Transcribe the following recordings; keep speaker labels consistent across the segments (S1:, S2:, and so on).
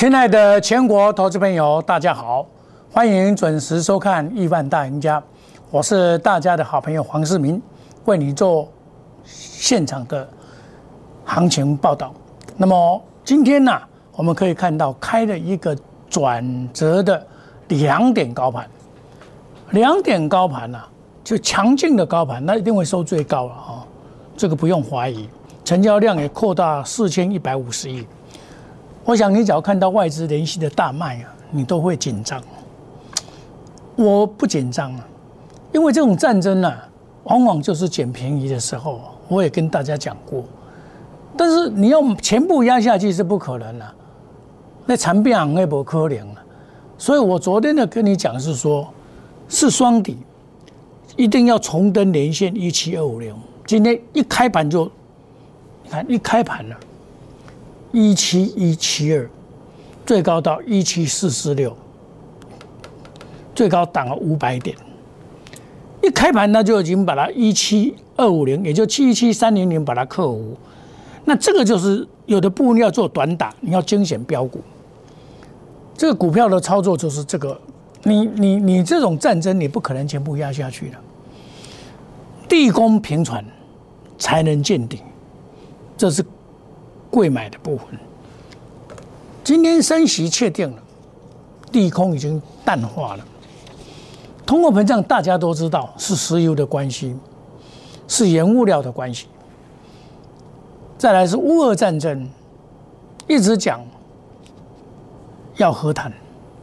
S1: 亲爱的全国投资朋友，大家好，欢迎准时收看《亿万大赢家》，我是大家的好朋友黄世明，为你做现场的行情报道。那么今天呢，我们可以看到开了一个转折的2点高盘，2点高盘啊，就强劲的高盘，那一定会收最高了啊，这个不用怀疑。成交量也扩大4150亿。我想你只要看到外资连续的大卖啊，你都会紧张。我不紧张啊，因为这种战争啊，往往就是捡便宜的时候。我也跟大家讲过，但是你要全部压下去是不可能的，那产品行业不可能了。所以我昨天的跟你讲是说，是双底，一定要重登连线17250。今天一开盘就，你看一开盘了。17172，最高到17446，最高涨了500点。一开盘它就已经把它17250，也就77300把它克服。那这个就是有的部分要做短打，你要精选标股。这个股票的操作就是这个，你这种战争你不可能全部压下去的。地宫平传才能见底，这是贵买的部分。今天升息确定了，利空已经淡化了。通货膨胀大家都知道是石油的关系，是原物料的关系。再来是乌俄战争，一直讲要和谈，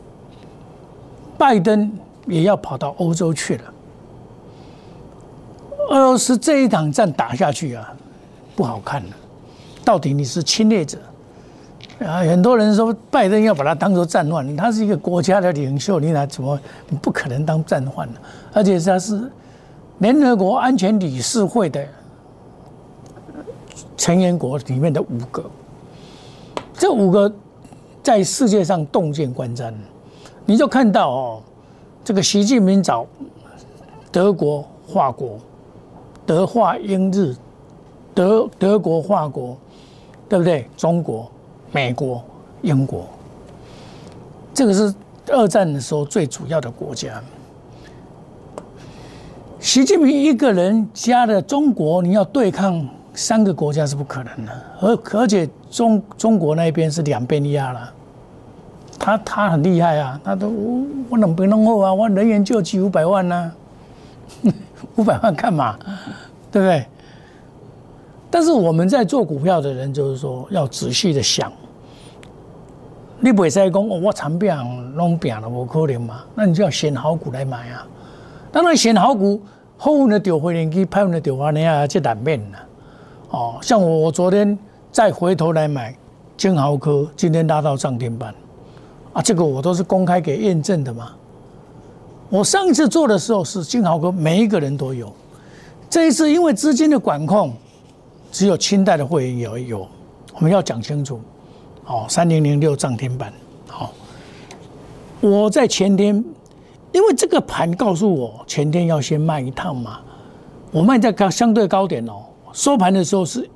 S1: 拜登也要跑到欧洲去了。俄罗斯这一场战打下去啊，不好看了。到底你是侵略者啊？很多人说拜登要把他当作战犯，他是一个国家的领袖，你不可能当战犯的。而且他是联合国安全理事会的成员国里面的5个，这5个在世界上洞见观瞻，你就看到哦，这个习近平找德国、法国、德法英日，德国、法国。对不对？中国、美国、英国，这个是2战的时候最主要的国家。习近平一个人加了中国，你要对抗3个国家是不可能的。而且中国那边是2边压了，他很厉害啊，他都我能不能后啊？我人员救济500万呢、500万干嘛？对不对？但是我们在做股票的人，就是说要仔细的想，你不会再讲我长饼弄饼了，不可能嘛？那你就要选好股来买啊。当然选好股，好运的丢回年机，歹运的丢花年啊，这难免了。哦，像我昨天再回头来买金豪科，今天拉到涨停板啊，这个我都是公开给验证的嘛。我上一次做的时候是金豪科，每一个人都有。这一次因为资金的管控。只有清代的会员有，我们要讲清楚。哦，3006涨停板。好，我在前天，因为这个盘告诉我前天要先卖一趟嘛，我卖在相对高点哦，收盘的时候是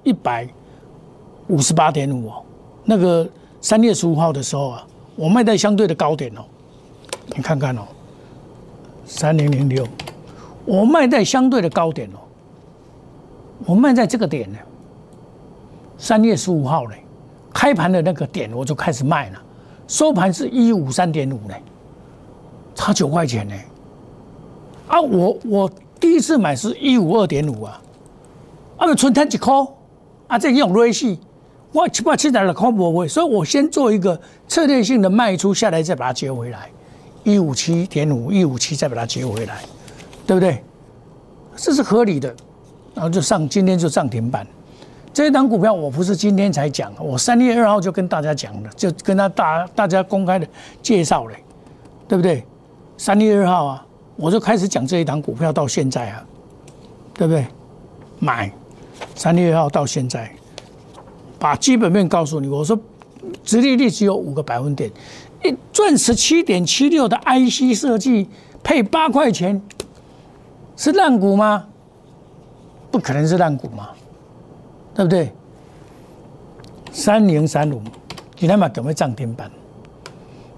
S1: 158.5哦，那个3月15号的时候啊，我卖在相对的高点哦，你看看哦，3006，我卖在相对的高点哦。我卖在这个点呢，3月15号呢，开盘的那个点我就开始卖了，收盘是153.5呢，差9块钱呢。啊，我第一次买是152.5啊，就存摊1块，啊，这用瑞士，我776块不会，所以我先做一个策略性的卖出下来，再把它接回来，157.5，157再把它接回来，对不对？这是合理的。然后今天就涨停板，这一档股票我不是今天才讲，我3月2号就跟大家讲了，就跟大家公开的介绍了，对不对？3月2号啊，我就开始讲这一档股票到现在啊，对不对？买3月2号到现在，把基本面告诉你，我说殖利率只有5个百分点，赚17.76的 IC 设计配8块钱，是烂股吗？不可能是烂股嘛，对不对？3035，今天嘛准备涨停板，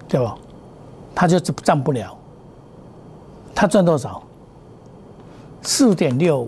S1: 对吧？他就涨不了。他赚多少？4.65。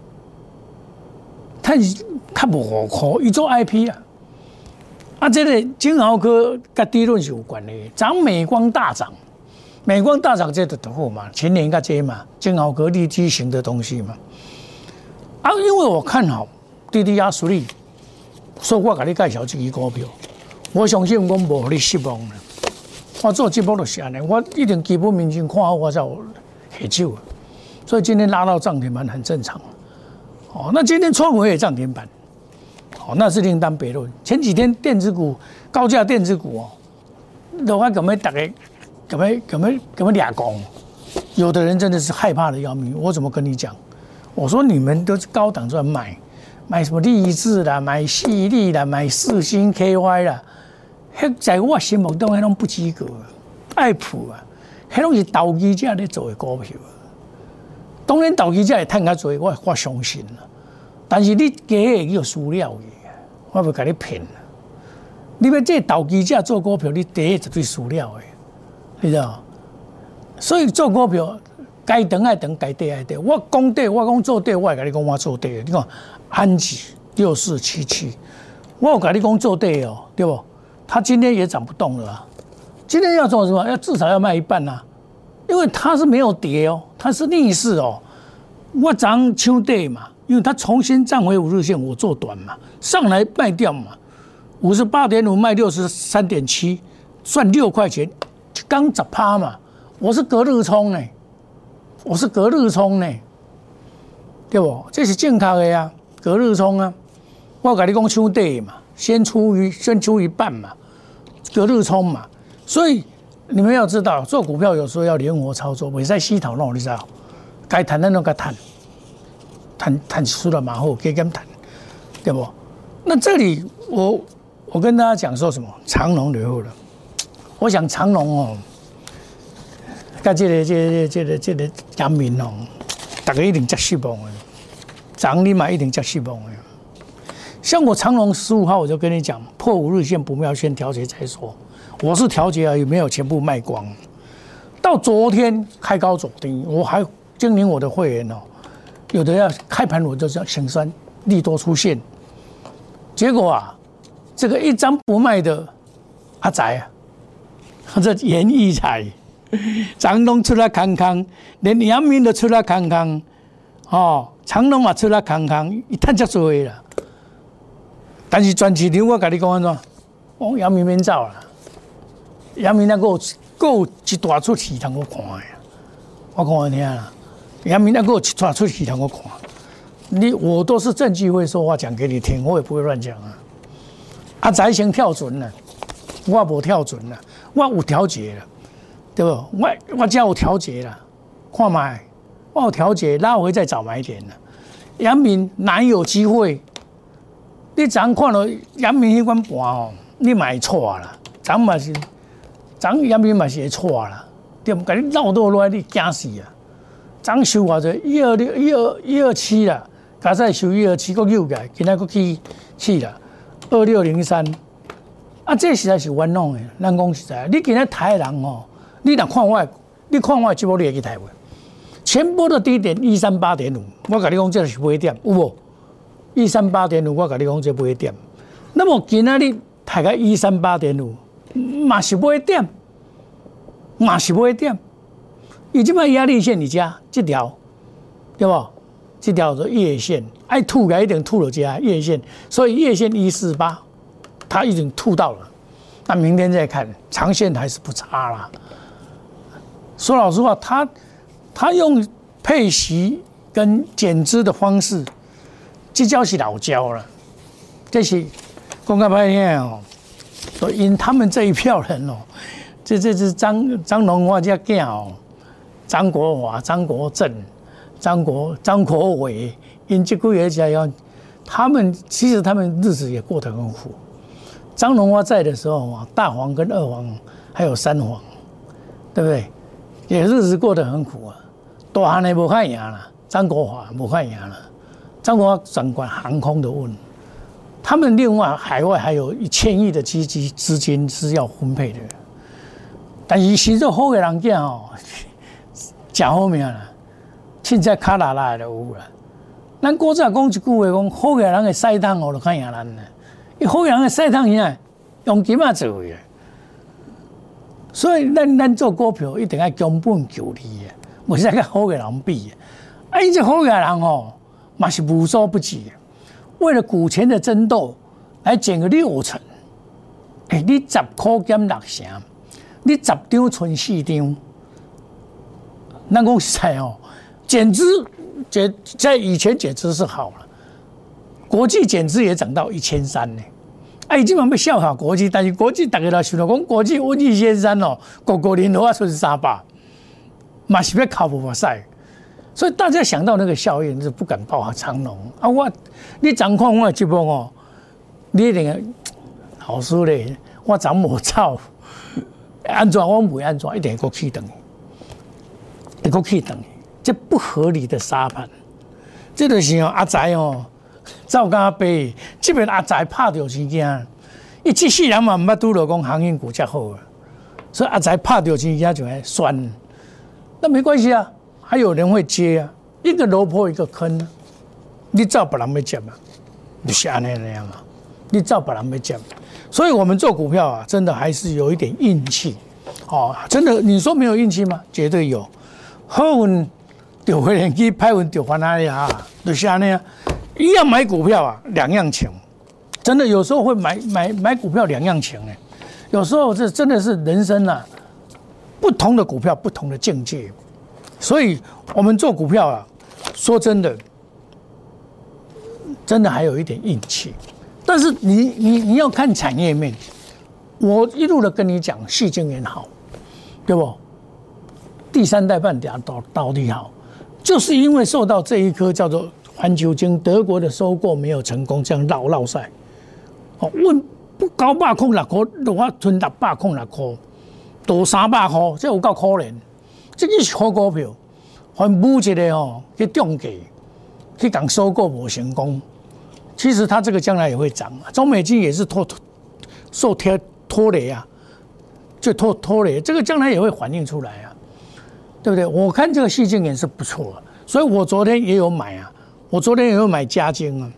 S1: 他无块，伊做 IP 啊。啊，这个金豪科跟低润是有关的。涨美光大涨，美光大涨这就好嘛，前年跟这嘛，金豪科立基型的东西嘛。啊，因为我看好DDR3，所以我给你介绍这支股票，我相信我无你失望啦。我做节目就是安尼，我一定基本面先看好，我才有下手啊。所以今天拉到涨停板很正常。哦，那今天创维也涨停板，哦，那是另当别论。前几天电子股高价电子股哦，都还怎么大家怎么俩讲？有的人真的是害怕的要命。我怎么跟你讲？我说你们都是高档在买什么励志啦，买细粒啦，买四星 KY 啦，迄在我心目中迄种不及格，爱普啊，迄种是投机者咧做的股票。当然，投机者会赚较多，我相信啦。但是你加会有输了去，我袂甲你骗啦。你要这投机者做股票，你第一绝对输了的，你知道？所以做股票该等爱等，该跌爱跌。我讲跌，我讲做跌，我会甲你讲我做跌。你看安吉6477，我有甲你讲做跌哦，对不？它今天也涨不动了啊。今天要做什么？要至少要卖一半啊。因为它是没有跌哦，它是逆势哦。我涨抢跌嘛，因为它重新站回5日线，我做短嘛，上来卖掉嘛，58.5卖63.7，赚6块钱，刚10%嘛。我是隔日冲呢，对不？这是正确的呀，隔日冲啊。我跟你讲抢跌嘛，先出一半嘛，隔日冲嘛，所以。你们要知道，做股票有时候要灵活操作，袂使死头脑，你知道？该谈的那个谈输了马后，给他们谈，对不？那这里我跟大家讲说什么？长荣留后了，我想长荣哦，跟这个阳明哦，大家一定较失望的，涨你嘛一定较失望的。像我长荣15号我就跟你讲，破5日线不要先调节再说。我是调节而已，没有全部卖光。到昨天开高走低，我还经营我的会员哦，有的要开盘我就叫心酸，利多出现。结果啊，这个一张不卖的阿仔啊，这严义才、长荣出来康康，连阳明都出来康康，哦，长荣嘛出来康康，一探就做了。但是全市场我跟你讲安怎？哦，阳明免走了。阳明那个有一大出戏通我看的，我讲你听啦。阳明那个有一大出戏通我看，我都是证据会说话讲给你听，我也不会乱讲啊。啊，才先跳准了，我无跳准了，我有调节了，对不？我家有调节了，看卖，我有调节，拉回再找买点了。阳明哪有机会？你昨看到阳明迄款盘哦，你买错了，昨嘛是。涨阳明嘛是会错啦，对不？给你绕倒落来，你惊死啊！涨收偌济126、127啦，加再收127，搁又改，今仔搁起啦，2603。啊，这实在是冤枉的。咱讲实在，你今仔台人哦，你若看我的节目，你会去台湾。前波的低点138.5，我跟你讲，这是买点，有无？138.5，我跟你讲，这买点。那么今仔日抬到138.5。嘛是买点，伊即摆压力线你加这条，对不？这条是月线，爱吐个一定吐了加月线，所以月线148，它已经吐到了。那明天再看，长线还是不差啦。说老实话，他用配息跟减资的方式，这招是老招了，这是讲较歹听哦。所以因他们这一票人哦，这是张荣华家囝哦，张国华、张国政、张国伟，因这几个家要，其实他们日子也过得很苦。张荣华在的时候啊，大黄跟二黄还有三黄，对不对？也日子过得很苦啊。大汉的无看赢啦，张国华无看赢啦，张国华掌管航空的运。他们另外海外还有1000亿的资金是要分配的， 但是实做好嘅人囝吼，真好命啦，凊彩卡拉拉就有啦。咱古早讲一句话，讲好嘅人嘅屎桶哦，就较赢咱啦。伊好嘅人嘅屎桶啥，用金仔做嘅。所以咱做股票一定要强本求利嘅，袂使甲好嘅人比嘅。伊这好嘅人吼，嘛是无所不至。为了股权的争斗，来减个60%。你10块减6成，你10张存4张，咱讲实在哦，减资在以前减资是好了，国际减资也涨到1300呢。伊基本要效效国际，但是国际大家都想到讲国际温1300哦，个年头啊出300，嘛是要靠不赛。所以大家想到那个效应，是不敢报长龙啊！你掌控我的节目哦，你一定老师咧，我怎无走？安怎我袂安怎，一定会去等，会过去等，这不合理的沙盘，这就是阿财哦，走甲背，这边阿财拍到钱惊，伊这世人嘛毋捌拄到讲航运股较好啊，所以阿财拍到钱惊就会酸，那没关系啊。还有人会接啊，一个萝卜一个坑啊，你照别人要接嘛，就是安尼那样啊，你照别人要接，所以我们做股票啊，真的还是有一点运气，哦，真的，你说没有运气吗？绝对有，好运就回来去，歹运就翻哪里啊，就是安尼啊，一样买股票啊，两样情，真的有时候会买股票两样情呢，有时候这真的是人生啊，不同的股票不同的境界。所以，我们做股票啊，说真的，真的还有一点运气。但是你要看产业面，我一路的跟你讲，矽晶圆好，对不？第3代半导体好，就是因为受到这一颗叫做环球晶德国的收购没有成功，这样绕赛。哦，问不900块6块，我存600块6块，到300块，这有够可怜。这个是好股票，还每一个哦去中计，去讲收购无成功。其实它这个将来也会涨啊，中美金也是受拖累啊，就拖累，这个将来也会反映出来啊，对不对？我看这个矽晶圆是不错的，所以我昨天也有买啊，我昨天也有买嘉晶啊，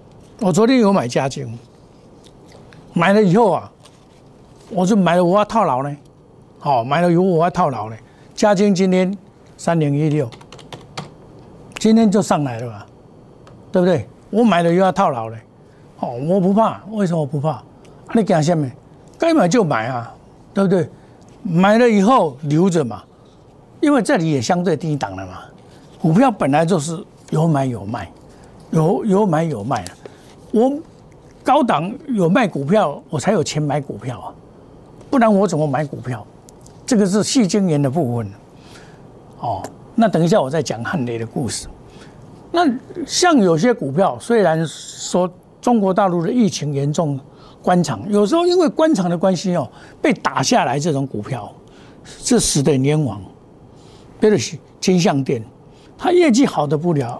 S1: 买了以后啊，我就买了我要套牢呢，好，买了以后我要套牢呢。嘉晶今天3016，今天就上来了吧，对不对？我买了又要套牢了，哦，我不怕，为什么我不怕？你讲什么？该买就买啊，对不对？买了以后留着嘛，因为这里也相对低档了嘛。股票本来就是有买有卖，有买有卖的。我高档有卖股票，我才有钱买股票啊，不然我怎么买股票？这个是矽晶圆的部分，哦，那等一下我再讲汉雷的故事。那像有些股票，虽然说中国大陆的疫情严重，关厂有时候因为关厂的关系哦，被打下来这种股票，这死得冤枉。比如金像电，它业绩好得不了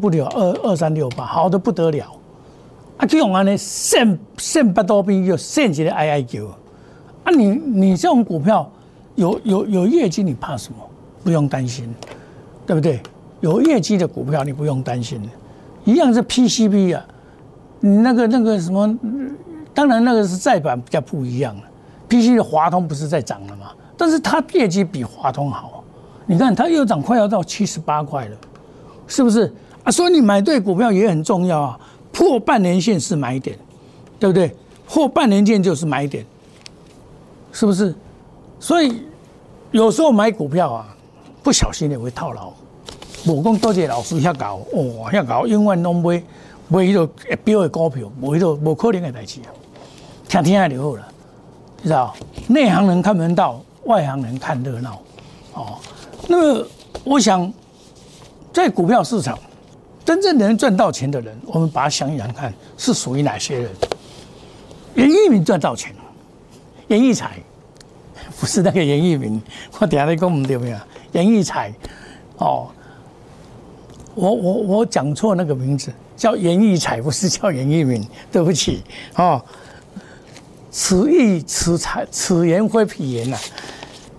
S1: ，2368，好得不得了。啊，这种安尼剩不多边就剩一个哀叫。啊，你这种股票。有业绩，你怕什么？不用担心，对不对？有业绩的股票你不用担心，一样是 PCB 啊，你那个什么，当然那个是再版比较不一样了。PCB 的华通不是在涨了吗？但是它业绩比华通好，你看它又涨快要到78块了，是不是啊？所以你买对股票也很重要啊，破半年线是买点，对不对？破半年线就是买点，是不是？所以有时候买股票啊，不小心也会套牢。无讲多谢老师遐搞，哦，遐搞永远拢买迄个会标的股票，无迄个无可能的代志啊。听听就好了，知道？内行人看门道，外行人看热闹。哦，那么我想，在股票市场，真正能赚到钱的人，我们把它想一想看，是属于哪些人？严一鸣赚到钱，严一财。不是那个严一鸣，我等下再讲唔对没有？严一财，哦，我讲错那个名字，叫严一财，不是叫严一鸣，对不起，哦，此言非彼言呐。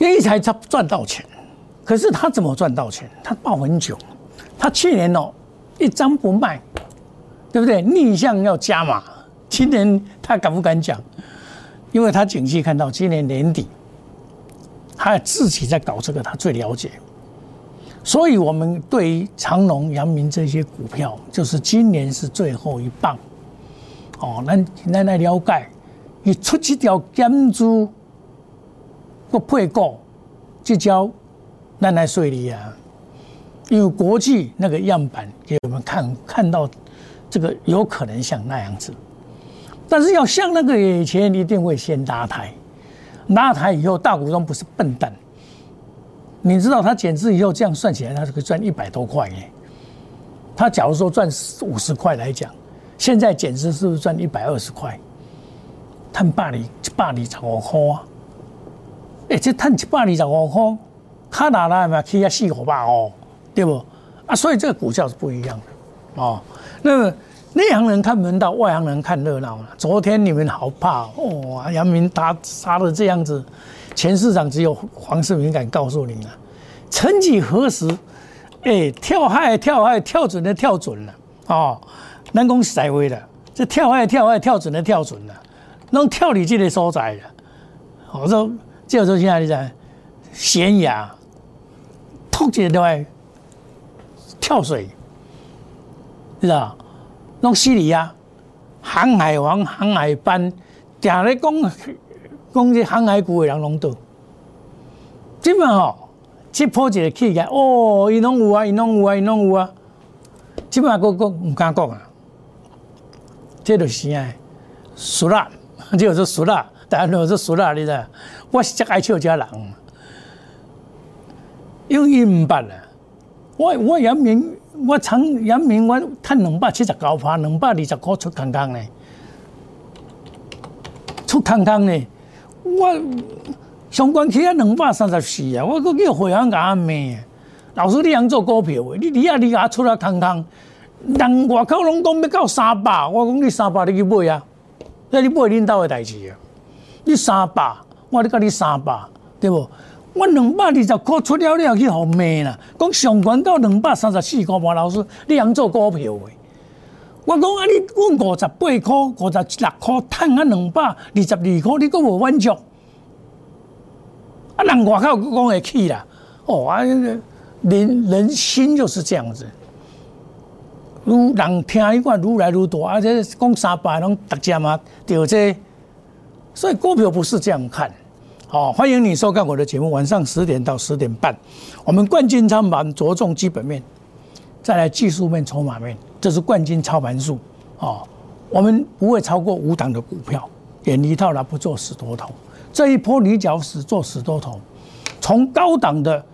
S1: 一才赚到钱。可是他怎么赚到钱？他抱很久，他去年一张不卖，对不对？逆向要加码，今年他敢不敢讲？因为他景气看到今年年底，他自己在搞这个，他最了解。所以我们对于长荣、阳明这些股票，就是今年是最后一棒。咱来了解，伊出这条减资，个配股，这招咱来说理啊。因为国际那个样板给我们看到，这个有可能像那样子，但是要像那个以前一定会先拉抬，拉抬以后大股东不是笨蛋，你知道他减资以后这样算起来，他可以赚100多块耶。他假如说赚50块来讲，现在减资是不是赚120块？赚125块啊！这赚125块，他哪来嘛？起啊400-500哦，对不？啊，所以这个股价是不一样的哦。那么内行人看门道，外行人看热闹了。昨天你们好怕哦，阳明杀的这样子，全市场只有黄世明敢告诉你了。曾几何时，跳海跳准了哦。咱讲实在话啦，这跳海跳准了，拢跳你这个所在了。我说，这时现在你知，悬崖，突一下来跳水，知道？拢死你啊！航海王、航海班，定咧讲这航海股的人拢倒。即嘛这波一个起来，伊拢有啊，即嘛个唔敢讲啊。这就是输啦，这就是输啦，大家都是输啦，你知？我是最爱笑这人，因为伊唔捌啦。我阳明，我赚279%，220块出空空呢，我上关起啊234啊，我搁叫会员甲我骂，老师你通做股票的，你甲我出啊空空。人外口拢讲要到300，我讲你300你去买啊，那你买恁兜的代志啊。你300，我咧甲你300，对不？我220块出了去互骂啦，讲上悬到234块半，老师你通做股票的。我讲啊，你阮58块、56块，赚啊222块，你阁无满足？啊，人外口讲会起啦，人心就是这样子。人听伊讲愈来愈多，而且讲300拢逐家嘛，对这，所以股票不是这样看。好，欢迎你收看我的节目，晚上10点到10点半，我们冠军操盘着重基本面，再来技术面、筹码面，这是冠军操盘术。我们不会超过5档的股票，远离套牢，不做死多头。这一波你只要死做死多头，从高档的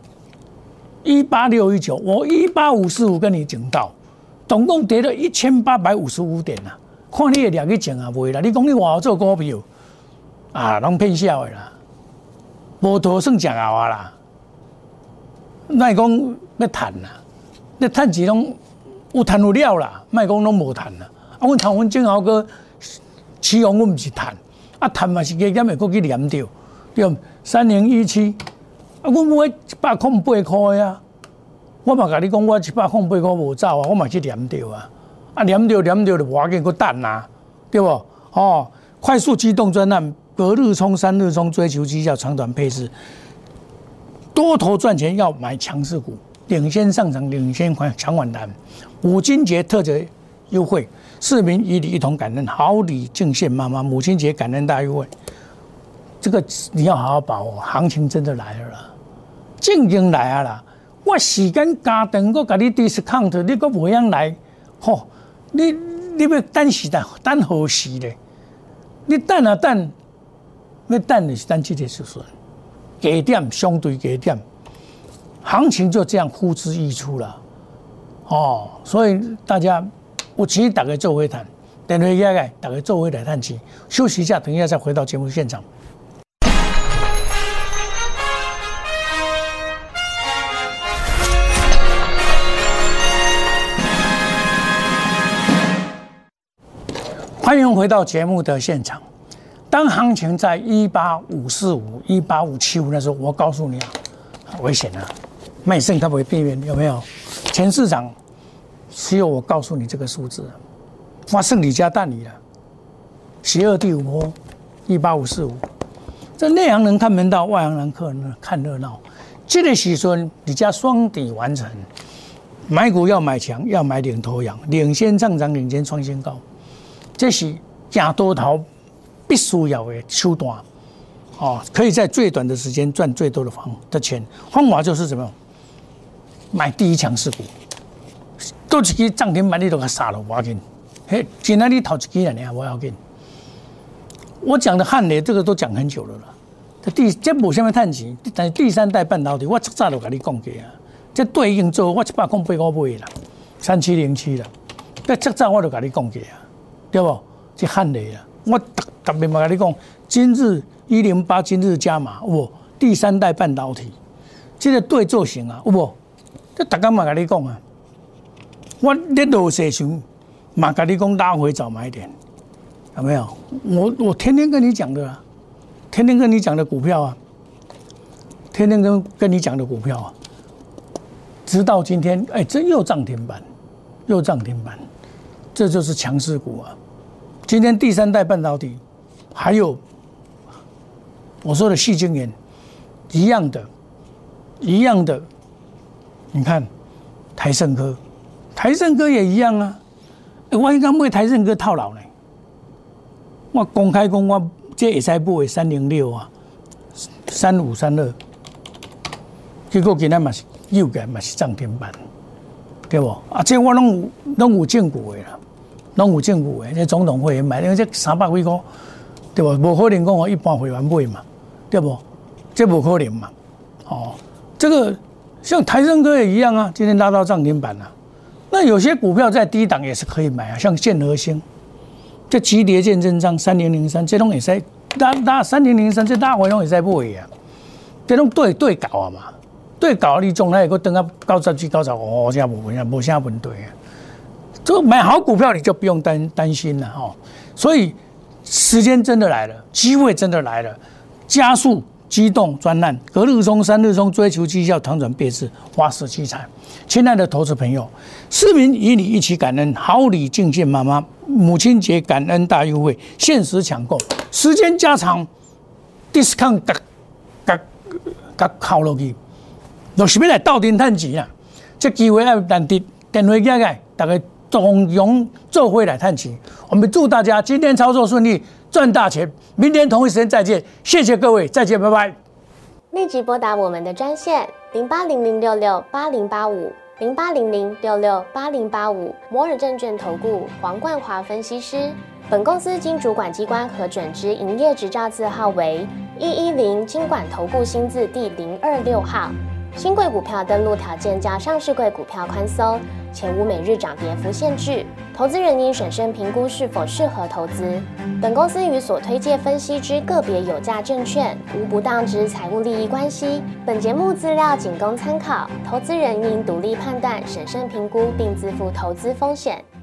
S1: 18619，我18545跟你警告。总共跌了1855点啦，看你的量去挣啊，袂啦。你讲你外口做股票啊，拢骗笑的啦，无图算食熬啊啦。莫讲要赚啦，你赚钱拢有赚有了啦，莫讲拢无赚啦。啊，阮头阮正好个期望，阮毋是赚，啊赚嘛是加减会搁去连着，对3017，啊，阮买108块呀。我嘛甲你讲，我108块无走啊，我嘛去连着啊，连着就无要紧，搁等啊，对不？快速机动专案，隔日冲、3日冲，追求绩效，长短配置，多头赚钱要买强势股，领先上涨，领先强反弹。母亲节特别优惠，市民与你一同感恩，好礼敬献妈妈，母亲节感恩大优惠，这个你要好好把握，行情真的来了啦，正经来啊啦。我时间加长，我甲你 discount， 你阁无样来，你要等时等何时咧？你等啊等，要等的是等这个时阵，低点相对低点，行情就这样呼之欲出了，所以大家有钱大家做伙谈，电话起来大家做伙来谈钱，休息一下，等一下再回到节目现场。欢迎回到节目的现场。 当行情在18545、18575那时候，我告诉你啊，危险啊，卖剩它不会变面，有没有？全市场只有我告诉你这个数字，发胜你家蛋你了，邪恶第5波，18545。这内行人看门道，外行人看热闹。这个时阵，你家双底完成，买股要买强，要买领头羊，领先上涨，领先创新高，这是行多头必须要的手段。可以在最短的时间赚最多的钱。方法就是什么？买第一强势股，都一支涨停板你都给杀了，不要紧。嘿，今天你投一支了，你还不要紧。我讲的汉雷这个都讲很久了啦。这无什么趁钱，但是第三代半导体，我早就跟你讲过啊。这对应做我108买啦，3707啦。这早我就跟你讲过啊，对不？这汉雷啦，我特别嘛跟你讲，今日108，今日加码，有无？第三代半导体，这个对做型啊，有无？这大家嘛跟你讲啊，我咧落势时嘛跟你讲拉回早买点，有没有？我天天跟你讲的啊。天天跟你讲的股票啊，天天跟你讲的股票啊，直到今天，这又涨停板，又涨停板，这就是强势股啊。今天第三代半导体，还有我说的矽晶圆，一样的，你看台盛科也一样啊。我应该买台盛科套牢呢，我公开讲我。这会使买的306啊，3532，结果今天嘛是又个嘛是涨停板，对不？啊，这我拢有证据的啦，拢有证据的。这总统会员买，因为这300几块，对不？无可能讲我一般会员买嘛，对不？这无可能嘛。这个像台盛科也一样啊，今天拉到涨停板了。那有些股票在低档也是可以买啊，像建和兴。这急跌见真章3003，这拢会使拉3003，这拉回拢会使买啊。这拢对搞啊嘛，对搞你总来个等到97、95，这无啥问题啊。这买好股票你就不用担心了哈。所以时间真的来了，机会真的来了，加速机动专案，隔日冲、3日冲，追求绩效，躺转变质，花式积财。亲爱的投资朋友，市民与你一起感恩，好礼敬献妈妈，母亲节感恩大优惠，限时抢购，时间加长 ，discount 甲扣落去，就是要来斗阵趁钱啊！这机会要难得，电话起来，大家总用做伙来趁钱。我们祝大家今天操作顺利，赚大钱！明天同一时间再见，谢谢各位，再见，拜拜。
S2: 立即拨打我们的专线0800668085，0800668085，摩尔证券投顾黄冠华分析师。本公司经主管机关核准之营业执照字号为110金管投顾新字第026号。新贵股票登录条件较上市贵股票宽松，且无每日涨跌幅限制。投资人应审慎评估是否适合投资。本公司与所推介分析之个别有价证券无不当之财务利益关系。本节目资料仅供参考，投资人应独立判断、审慎评估并自负投资风险。